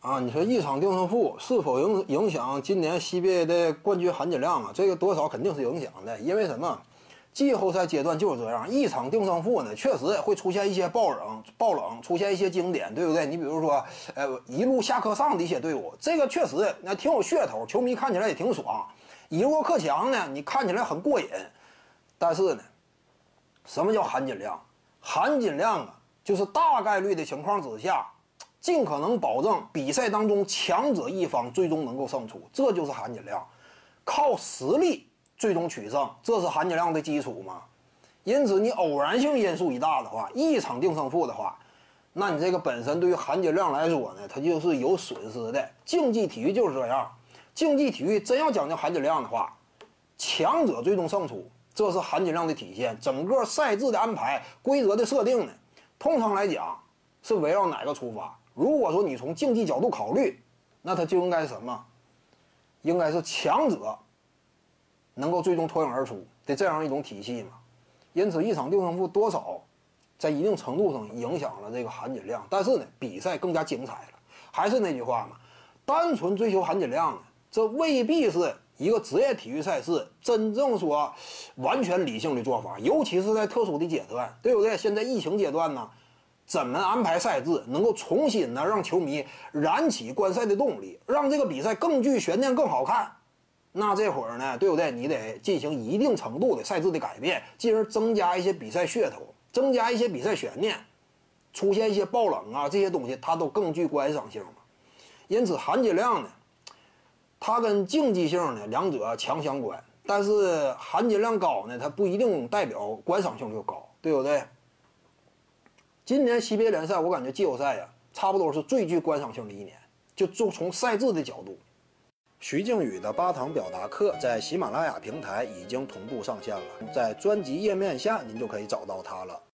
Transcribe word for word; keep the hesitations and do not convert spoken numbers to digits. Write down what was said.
啊，你说一场定胜负是否影影响今年 C B A 的冠军含金量啊？这个多少肯定是影响的，因为什么？季后赛阶段就是这样，一场定胜负呢，确实会出现一些爆冷、爆冷，出现一些经典，对不对？你比如说，呃，一路下课上的一些队伍，这个确实那挺有噱头，球迷看起来也挺爽。以弱克强呢，你看起来很过瘾，但是呢，什么叫含金量？含金量啊，就是大概率的情况之下。尽可能保证比赛当中强者一方最终能够胜出，这就是含金量。靠实力最终取胜，这是含金量的基础嘛？因此，你偶然性因素一大的话，一场定胜负的话，那你这个本身对于含金量来说呢，它就是有损失的。竞技体育就是这样，竞技体育真要讲究含金量的话，强者最终胜出，这是含金量的体现。整个赛制的安排、规则的设定呢，通常来讲是围绕哪个出发？如果说你从竞技角度考虑，那它就应该是什么？应该是强者能够最终脱颖而出的这样一种体系嘛。因此，一场定胜负多少在一定程度上影响了这个含金量，但是呢，比赛更加精彩了。还是那句话嘛，单纯追求含金量呢，这未必是一个职业体育赛事真正说完全理性的做法，尤其是在特殊的阶段，对不对？现在疫情阶段呢。怎么安排赛制，能够重新呢让球迷燃起观赛的动力，让这个比赛更具悬念、更好看？那这会儿呢，对不对？你得进行一定程度的赛制的改变，进而增加一些比赛噱头，增加一些比赛悬念，出现一些爆冷啊这些东西，它都更具观赏性嘛。因此，含金量呢，它跟竞技性呢两者强相关，但是含金量高呢，它不一定代表观赏性就高，对不对？今年 C B A 联赛，我感觉季后赛呀、啊，差不多是最具观赏性的一年。就就从赛制的角度，徐静宇的八堂表达课在喜马拉雅平台已经同步上线了，在专辑页面下您就可以找到它了。